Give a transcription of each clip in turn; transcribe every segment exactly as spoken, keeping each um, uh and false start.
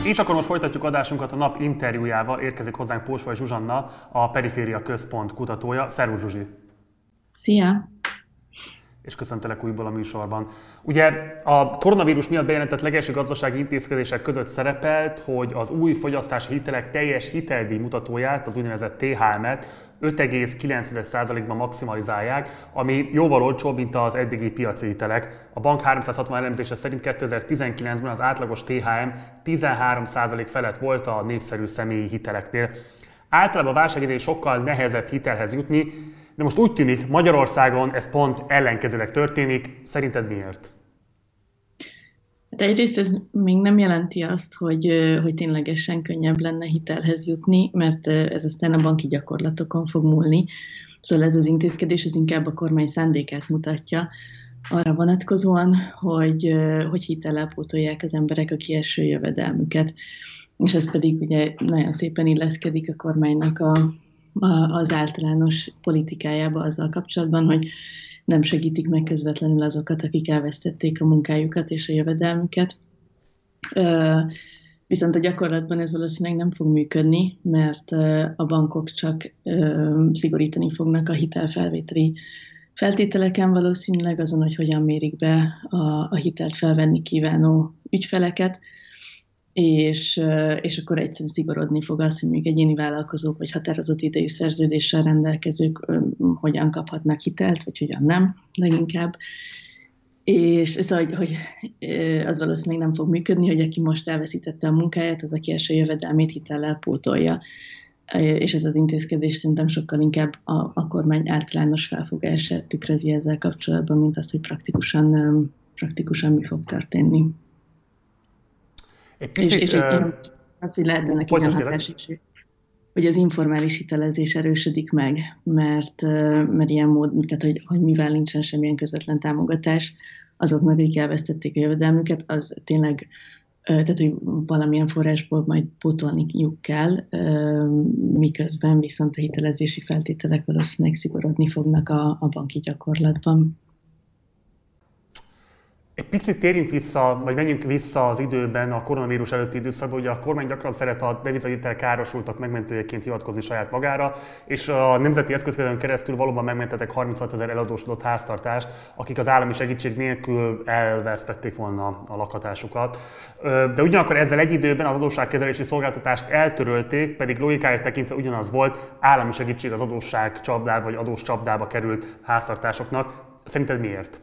És akkor most folytatjuk adásunkat a nap interjújával. Érkezik hozzánk Pósvay Zsuzsanna, a Periféria Központ kutatója. Szervusz, Zsuzsi! Szia! És köszöntelek újból a műsorban. Ugye a koronavírus miatt bejelentett legelső gazdasági intézkedések között szerepelt, hogy az új fogyasztási hitelek teljes hiteldíj mutatóját, az úgynevezett té há em-et öt egész kilenc százalékban maximalizálják, ami jóval olcsóbb, mint az eddigi piaci hitelek. A bank háromszázhatvan elemzése szerint kétezer-tizenkilencben az átlagos té há em tizenhárom százalék felett volt a népszerű személyi hiteleknél. Általában a válság idején sokkal nehezebb hitelhez jutni, de most úgy tűnik, Magyarországon ez pont ellenkezőleg történik. Szerinted miért? De egyrészt ez még nem jelenti azt, hogy, hogy ténylegesen könnyebb lenne hitelhez jutni, mert ez aztán a banki gyakorlatokon fog múlni. Szóval ez az intézkedés ez inkább a kormány szándékát mutatja arra vonatkozóan, hogy, hogy hitellel pótolják az emberek a kieső jövedelmüket. És ez pedig ugye nagyon szépen illeszkedik a kormánynak a az általános politikájába azzal kapcsolatban, hogy nem segítik meg közvetlenül azokat, akik elvesztették a munkájukat és a jövedelmüket. Viszont a gyakorlatban ez valószínűleg nem fog működni, mert a bankok csak szigorítani fognak a hitelfelvételi feltételeken valószínűleg azon, hogy hogyan mérik be a, a hitelt felvenni kívánó ügyfeleket, És, és akkor egyszerűen szigorodni fog az, hogy még egyéni vállalkozók vagy határozott idejű szerződéssel rendelkezők hogyan kaphatnak hitelt, vagy hogyan nem, leginkább. És szóval, hogy, hogy az valószínűleg nem fog működni, hogy aki most elveszítette a munkáját, az, aki első jövedelmét hitellel pótolja. És ez az intézkedés szerintem sokkal inkább a, a kormány általános felfogását tükrözi ezzel kapcsolatban, mint azt, hogy praktikusan, praktikusan mi fog történni. Egy picit, és, és uh, az, hogy lehet ennek ilyen hatás is, hogy az informális hitelezés erősödik meg, mert, mert ilyen mód, tehát hogy, hogy mivel nincsen semmilyen közvetlen támogatás, azoknak, akik elvesztették a jövedelmüket, az tényleg, tehát hogy valamilyen forrásból majd pótolniuk kell, miközben viszont a hitelezési feltételek valószínűleg szigorodni fognak a, a banki gyakorlatban. Egy picit térjünk vissza, vagy menjünk vissza az időben, a koronavírus előtti időszakban, ugye a kormány gyakran szeret a devizahitel károsultak megmentőjeként hivatkozni saját magára, és a Nemzeti Eszközkezelőn keresztül valóban megmentettek harminchat ezer eladósodott háztartást, akik az állami segítség nélkül elvesztették volna a lakhatásukat. De ugyanakkor ezzel egy időben az adósságkezelési szolgáltatást eltörölték, pedig logikáját tekintve ugyanaz volt, állami segítség az adósság csapdába, vagy adós csapdába került háztartásoknak. Szerinted miért?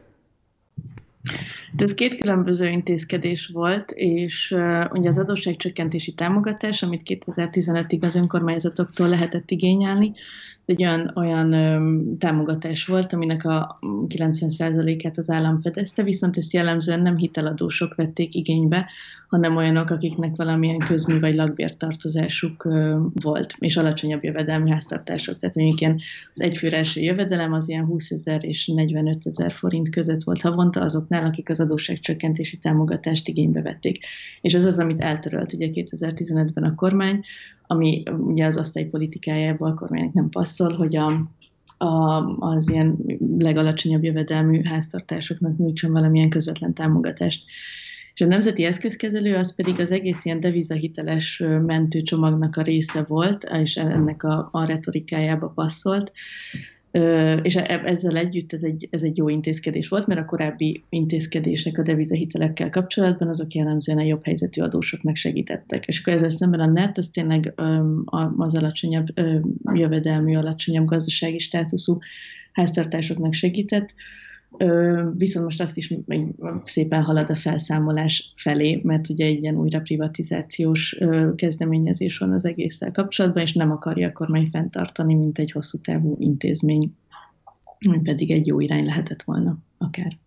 De ez két különböző intézkedés volt, és uh, ugye az adósságcsökkentési támogatás, amit kétezer-tizenötig az önkormányzatoktól lehetett igényelni, ez egy olyan, olyan um, támogatás volt, aminek a kilencven százalékát az állam fedezte, viszont ezt jellemzően nem hiteladósok vették igénybe, hanem olyanok, akiknek valamilyen közmű vagy lakbértartozásuk uh, volt, és alacsonyabb jövedelmi háztartások. Tehát mondjuk ilyen az egyfőre eső jövedelem az ilyen húszezer és negyvenötezer forint között volt havonta azoknál, akik az adósságcsökkentési támogatást igénybe vették. És ez az, amit eltörölt ugye kétezer-tizenötben a kormány, ami ugye az osztálypolitikájából a kormánynak nem passzol, hogy a, a, az ilyen legalacsonyabb jövedelmű háztartásoknak nyújtson valamilyen közvetlen támogatást. És a Nemzeti Eszközkezelő az pedig az egész ilyen devizahiteles mentőcsomagnak a része volt, és ennek a, a retorikájába passzolt. És ezzel együtt ez egy, ez egy jó intézkedés volt, mert a korábbi intézkedések a devizahitelekkel kapcsolatban azok jellemzően a jobb helyzetű adósoknak segítettek. És akkor ezzel szemben a net, az tényleg az alacsonyabb jövedelmű, alacsonyabb gazdasági státuszú háztartásoknak segített, viszont most azt is szépen halad a felszámolás felé, mert ugye egy ilyen újra privatizációs kezdeményezés van az egésszel kapcsolatban, és nem akarja a kormány fenntartani, mint egy hosszú távú intézmény, ami pedig egy jó irány lehetett volna akár.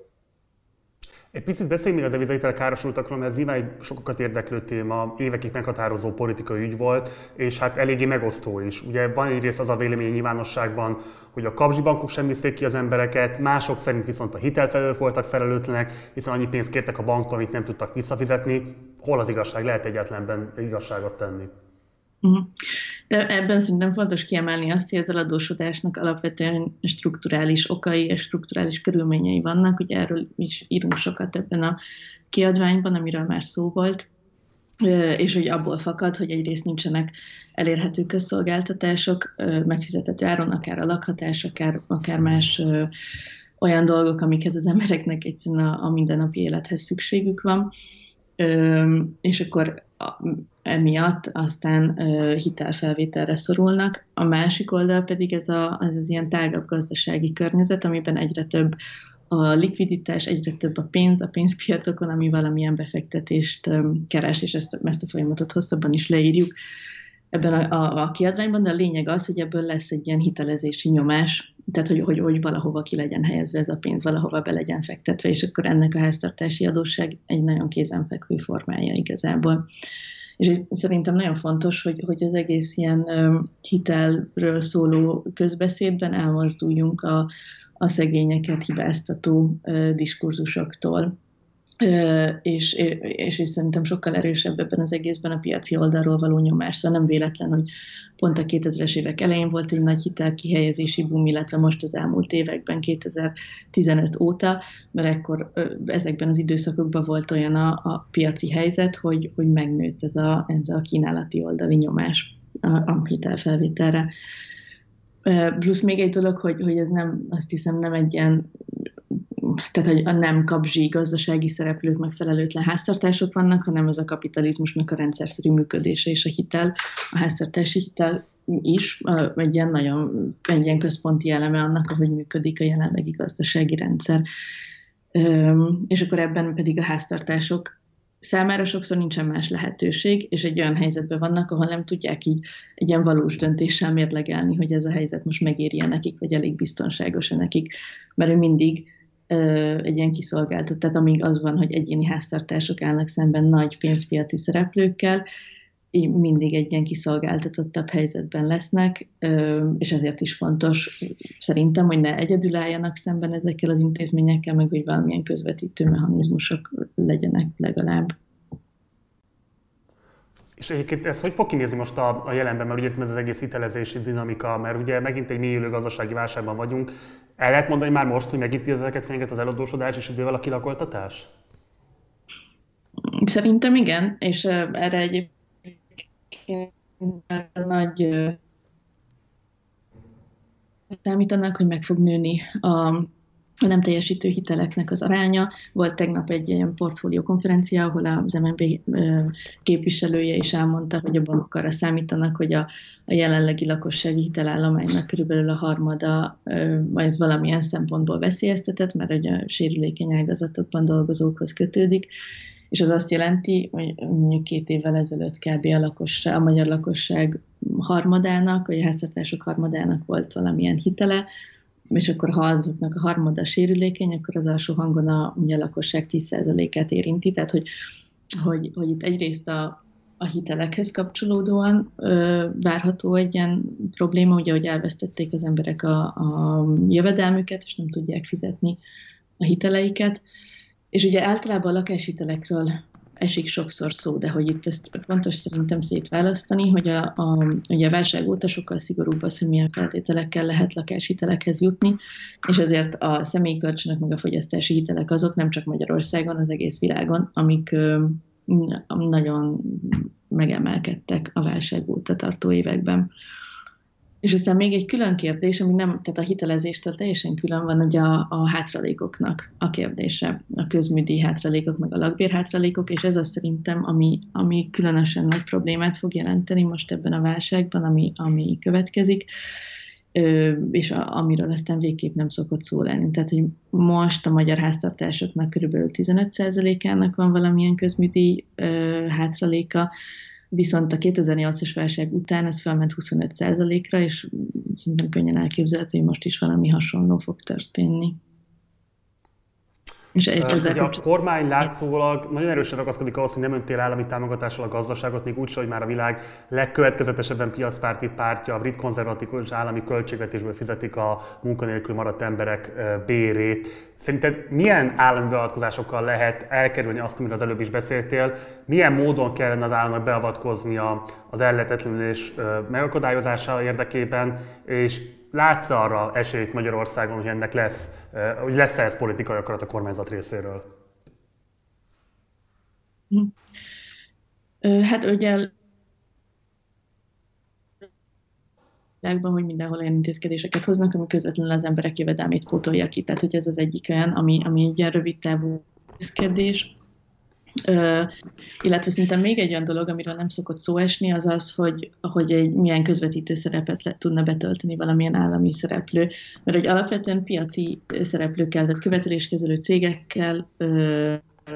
Egy picit beszéljünk még a devizahitel károsultakról, mert ez nyilván egy sokakat érdeklő téma, évekig meghatározó politikai ügy volt, és hát eléggé megosztó is. Ugye van egyrészt az a vélemény nyilvánosságban, hogy a kapzsi bankok sem viszték ki az embereket, mások szerint viszont a hitelfelelők voltak felelőtlenek, hiszen annyi pénzt kértek a banktól, amit nem tudtak visszafizetni. Hol az igazság? Lehet egyetlenben igazságot tenni? Uh-huh. De ebben szerintem fontos kiemelni azt, hogy az eladósodásnak alapvetően strukturális okai és strukturális körülményei vannak. Ugye erről is írunk sokat ebben a kiadványban, amiről már szó volt. és hogy abból fakad, hogy egyrészt nincsenek elérhető közszolgáltatások, megfizethető áron, akár a lakhatás, akár, akár más olyan dolgok, amikhez az embereknek egyszerűen a, a mindennapi élethez szükségük van, és akkor emiatt aztán hitelfelvételre szorulnak. A másik oldal pedig ez, a, ez az ilyen tágabb gazdasági környezet, amiben egyre több a likviditás, egyre több a pénz a pénzpiacokon, ami valamilyen befektetést keres, és ezt, ezt a folyamatot hosszabban is leírjuk ebben a, a, a kiadványban, de a lényeg az, hogy ebből lesz egy ilyen hitelezési nyomás, tehát hogy, hogy, hogy valahova ki legyen helyezve ez a pénz, valahova be legyen fektetve, és akkor ennek a háztartási adósság egy nagyon kézenfekvő formája igazából. És szerintem nagyon fontos, hogy, hogy az egész ilyen hitelről szóló közbeszédben elmozduljunk a, a szegényeket hibáztató diskurzusoktól. És, és, és szerintem sokkal erősebb ebben az egészben a piaci oldalról való nyomás. Szóval nem véletlen, hogy pont a kétezres évek elején volt egy nagy hitelkihelyezési boom, illetve most az elmúlt években, kétezer-tizenöt óta, mert ekkor ezekben az időszakokban volt olyan a, a piaci helyzet, hogy, hogy megnőtt ez a, ez a kínálati oldali nyomás a, a hitelfelvételre. Plusz még egy dolog, hogy, hogy ez nem, azt hiszem nem egy ilyen, tehát hogy a nem kapzsi gazdasági szereplők megfelelőtlen háztartások vannak, hanem ez a kapitalizmusnak a rendszerszerű működése és a hitel, a háztartási hitel is egy ilyen nagyon egy ilyen központi eleme annak, ahogy működik a jelenlegi gazdasági rendszer. És akkor ebben pedig a háztartások számára sokszor nincsen más lehetőség, és egy olyan helyzetben vannak, ahol nem tudják így egy ilyen valós döntéssel mérlegelni, hogy ez a helyzet most megéri-e nekik, vagy elég biztonságos-e nekik, mert ő mindig ö, egy ilyen kiszolgáltat. Tehát amíg az van, hogy egyéni háztartások állnak szemben nagy pénzpiaci szereplőkkel, így mindig egy ilyen kiszolgáltatottabb helyzetben lesznek, ö, és ezért is fontos szerintem, hogy ne egyedül álljanak szemben ezekkel az intézményekkel, meg hogy valamilyen közvetítő mechanizmusok legyenek legalább. És egyébként ez hogy fog kinézni most a, a jelenben, mert úgy értem ez az egész hitelezési dinamika, mert ugye megint egy mélyülő gazdasági válságban vagyunk. El lehet mondani már most, hogy megint ezeket fenyeget az eladósodás és idővel a kilakoltatás? Szerintem igen, és erre egyébként nagy számítanak, hogy meg fog nőni a a nem teljesítő hiteleknek az aránya. Volt tegnap egy ilyen portfólió konferencia, ahol az em en bé képviselője is elmondta, hogy a bankok arra számítanak, hogy a, a jelenlegi lakossági hitelállománynak körülbelül a harmada ez valamilyen szempontból veszélyeztetett, mert hogy a sérülékeny ágazatokban dolgozókhoz kötődik, és az azt jelenti, hogy mondjuk két évvel ezelőtt kb. A, lakosság, a magyar lakosság harmadának, vagy a háztartások harmadának volt valamilyen hitele, és akkor ha azoknak a harmada sérülékeny, akkor az alsó hangon a, ugye a lakosság tíz százalékát érinti, tehát hogy, hogy, hogy itt egyrészt a, a hitelekhez kapcsolódóan ö, várható egy ilyen probléma, ugye, hogy elvesztették az emberek a, a jövedelmüket, és nem tudják fizetni a hiteleiket, és ugye általában a lakáshitelekről esik sokszor szó, de hogy itt ezt fontos szerintem szétválasztani, hogy a, a, ugye a válság óta sokkal szigorúbb az, hogy milyen feltételekkel lehet lakáshitelekhez jutni, és azért a személyi kölcsönök meg a fogyasztási hitelek azok nem csak Magyarországon, az egész világon, amik ö, nagyon megemelkedtek a válság óta tartó években. És aztán még egy külön kérdés, ami nem, tehát a hitelezéstől teljesen külön van, hogy a, a hátralékoknak a kérdése, a közműdíj hátralékok, meg a lakbérhátralékok, és ez az szerintem, ami, ami különösen nagy problémát fog jelenteni most ebben a válságban, ami, ami következik, és a, amiről aztán végképp nem szokott szó lenni. Tehát, hogy most a magyar háztartásoknak körülbelül tizenöt százalékának van valamilyen közműdíj hátraléka, viszont a kétezer-nyolcas válság után ez felment huszonöt százalékra, és szerintem könnyen elképzelhető, hogy most is valami hasonló fog történni. És ezzel a kormány látszólag nagyon erősen ragaszkodik ahhoz, hogy nem öntél állami támogatással a gazdaságot, még úgy, hogy már a világ legkövetkezetesebben piacpárti pártja, a brit konzervatív állami költségvetésből fizetik a munkanélkül maradt emberek bérét. Szerinted milyen állami beavatkozásokkal lehet elkerülni azt, amiről az előbb is beszéltél? Milyen módon kellene az államnak beavatkoznia az ellehetetlenülés megakadályozása érdekében, és látsz arra esélyt Magyarországon, hogy ennek lesz, hogy lesz ez politikai akarat a kormányzat részéről? Hát ugye világban, hogy mindenhol olyan intézkedéseket hoznak, ami közvetlenül az emberek jövedelmét pótolja ki. Tehát, hogy ez az egyik olyan, ami, ami egy ilyen rövid távú intézkedés. Ö, illetve szerintem még egy olyan dolog, amiről nem szokott szó esni, az az, hogy, hogy egy milyen közvetítő szerepet le, tudna betölteni valamilyen állami szereplő. Mert hogy alapvetően piaci szereplőkkel, tehát követeléskezelő cégekkel, ö,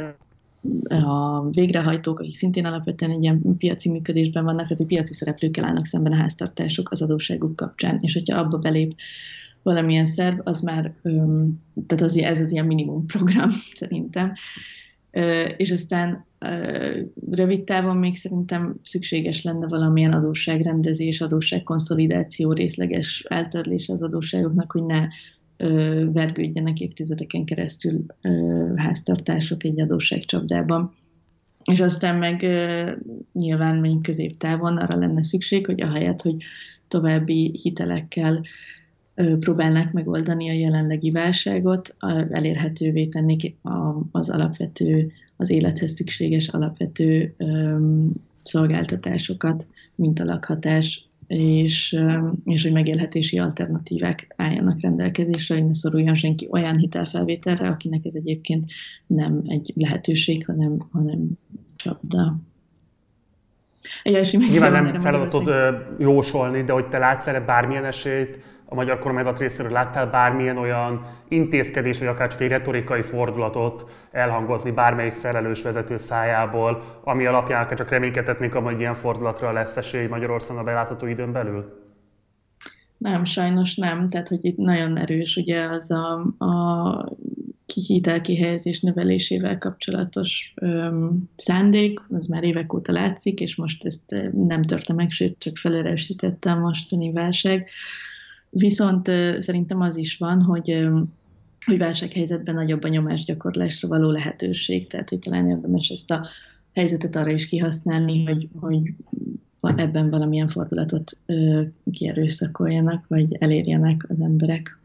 a végrehajtók, akik szintén alapvetően egy ilyen piaci működésben vannak, tehát hogy piaci szereplőkkel állnak szemben a háztartások az adósságuk kapcsán, és hogyha abba belép valamilyen szerv, az már, öm, tehát az, ez az ilyen minimum program szerintem. Ö, és aztán ö, rövid távon még szerintem szükséges lenne valamilyen adósságrendezés, adósságkonszolidáció, részleges eltörlése az adósságoknak, hogy ne ö, vergődjenek évtizedeken keresztül ö, háztartások egy adósságcsapdában. És aztán meg ö, nyilván mondjuk középtávon arra lenne szükség, hogy ahelyett, hogy további hitelekkel ö, próbálnák megoldani a jelenlegi válságot, a, elérhetővé tennék a, az alapvető, az élethez szükséges alapvető ö, szolgáltatásokat, mint a lakhatás, és, és hogy megélhetési alternatívák álljanak rendelkezésre, hogy ne szoruljon senki olyan hitelfelvételre, akinek ez egyébként nem egy lehetőség, hanem, hanem csapda. Nyilván nem feladatod jósolni, de hogy te látsz erre bármilyen esélyt a magyar kormányzat részéről, láttál bármilyen olyan intézkedés, vagy akár csak egy retorikai fordulatot elhangozni bármelyik felelős vezető szájából, ami alapján akár csak reménykedhetnénk, hogy ilyen fordulatra lesz esély Magyarországon a belátható időn belül? Nem, sajnos nem. Tehát, hogy itt nagyon erős ugye az a, a hitelkihelyezés növelésével kapcsolatos öm, szándék, az már évek óta látszik, és most ezt nem törte meg, sőt, csak felerősítette a mostani válság. Viszont ö, szerintem az is van, hogy, ö, hogy válsághelyzetben nagyobb a nyomásgyakorlásra való lehetőség, tehát hogy talán érdemes ezt a helyzetet arra is kihasználni, hogy, hogy ebben valamilyen fordulatot ö, kierőszakoljanak, vagy elérjenek az emberek.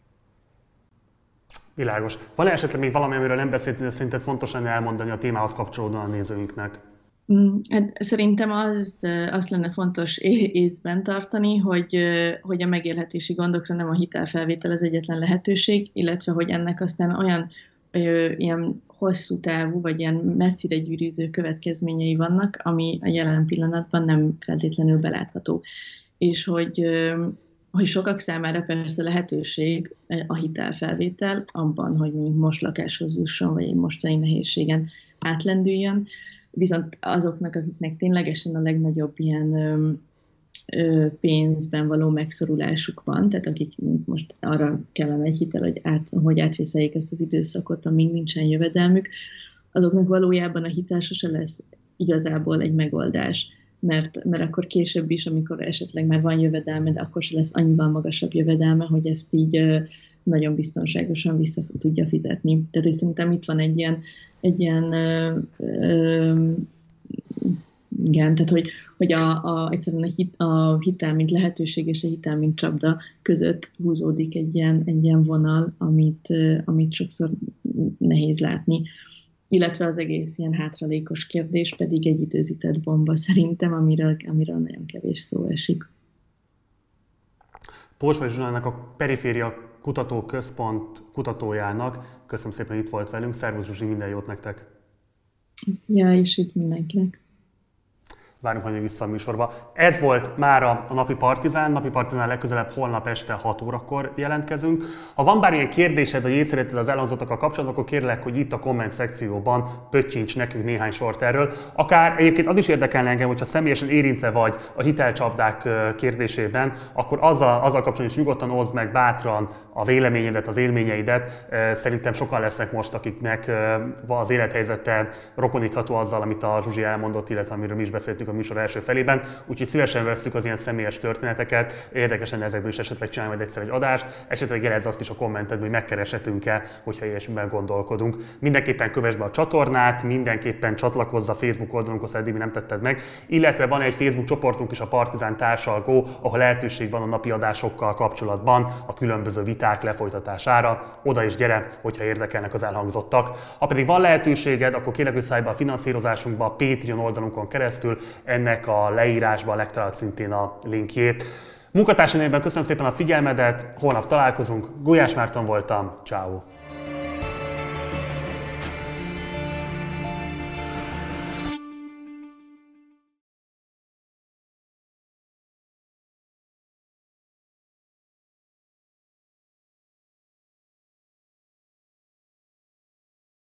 Világos. Van-e esetleg még valami, amiről nem beszéltünk, de szerinted fontos lenne elmondani a témához kapcsolódóan a nézőinknek? Hát szerintem az, azt lenne fontos észben tartani, hogy, hogy a megélhetési gondokra nem a hitelfelvétel az egyetlen lehetőség, illetve hogy ennek aztán olyan ö, ilyen hosszú távú, vagy ilyen messzire gyűrűző következményei vannak, ami a jelen pillanatban nem feltétlenül belátható. És hogy, ö, hogy sokak számára persze lehetőség a hitelfelvétel abban, hogy most lakáshoz jusson, vagy egy mostani nehézségen átlendüljön, viszont azoknak, akiknek ténylegesen a legnagyobb ilyen ö, ö, pénzben való megszorulásuk van, tehát akik most arra kellene egy hitel, hogy, át, hogy átvészeljék ezt az időszakot, amíg nincsen jövedelmük, azoknak valójában a hitel sose lesz igazából egy megoldás. Mert, mert akkor később is, amikor esetleg már van jövedelme, de akkor se lesz annyival magasabb jövedelme, hogy ezt így ö, nagyon biztonságosan vissza tudja fizetni. Tehát hogy szerintem itt van egy ilyen, egy ilyen ö, ö, igen, tehát hogy, hogy a, a, egyszerűen a, hit, a hitel, mint lehetőség és a hitel, mint csapda között húzódik egy ilyen, egy ilyen vonal, amit, amit sokszor nehéz látni. Illetve az egész ilyen hátralékos kérdés pedig egy időzített bomba szerintem, amiről, amiről nagyon kevés szó esik. Polsvai Zsuzsánának, a Periféria Kutatóközpont kutatójának köszönöm szépen, hogy itt volt velünk. Szervusz Zsuzsi, minden jót nektek! Ja, és itt mindenkinek. Várunk majd vissza a műsorba. Ez volt mára a Napi Partizán. Napi Partizán legközelebb holnap este hat órakor jelentkezünk. Ha van bármilyen kérdésed vagy észrevételed az elhangzottakkal kapcsolatban, akkor kérlek, hogy itt a komment szekcióban pöttyints nekünk néhány sort erről. Akár egyébként az is érdekelne engem, hogyha személyesen érintve vagy a hitelcsapdák kérdésében, akkor azzal, azzal kapcsolatban is nyugodtan oszd meg bátran a véleményedet, az élményeidet. Szerintem sokan lesznek most, akiknek az élethelyzete rokonítható azzal, amit a Zsuzsi elmondott, illetve amiről mi is beszéltünk a műsor első felében, úgyhogy szívesen vesztük az ilyen személyes történeteket, érdekesen ezekből is esetleg csinálni majd egyszer egy adást, esetleg jelezd azt is a kommentetben, hogy megkereshetünk-e, hogyha ilyesmiben gondolkodunk. Mindenképpen kövess be a csatornát, mindenképpen csatlakozz a Facebook oldalunkhoz, eddig nem tetted meg, illetve van egy Facebook csoportunk is, a Partizán Társalgó, ahol lehetőség van a napi adásokkal kapcsolatban a különböző viták lefolytatására. Oda is gyere, hogyha érdekelnek az elhangzottak. Ha pedig van lehetőséged, akkor kérlek, hogy szállj be a finanszírozásunkba a Patreon oldalunkon keresztül, ennek a leírásban megtalálod szintén a linkjét. Munkatársai nevében köszönöm szépen a figyelmedet, holnap találkozunk. Gulyás Márton voltam, ciao.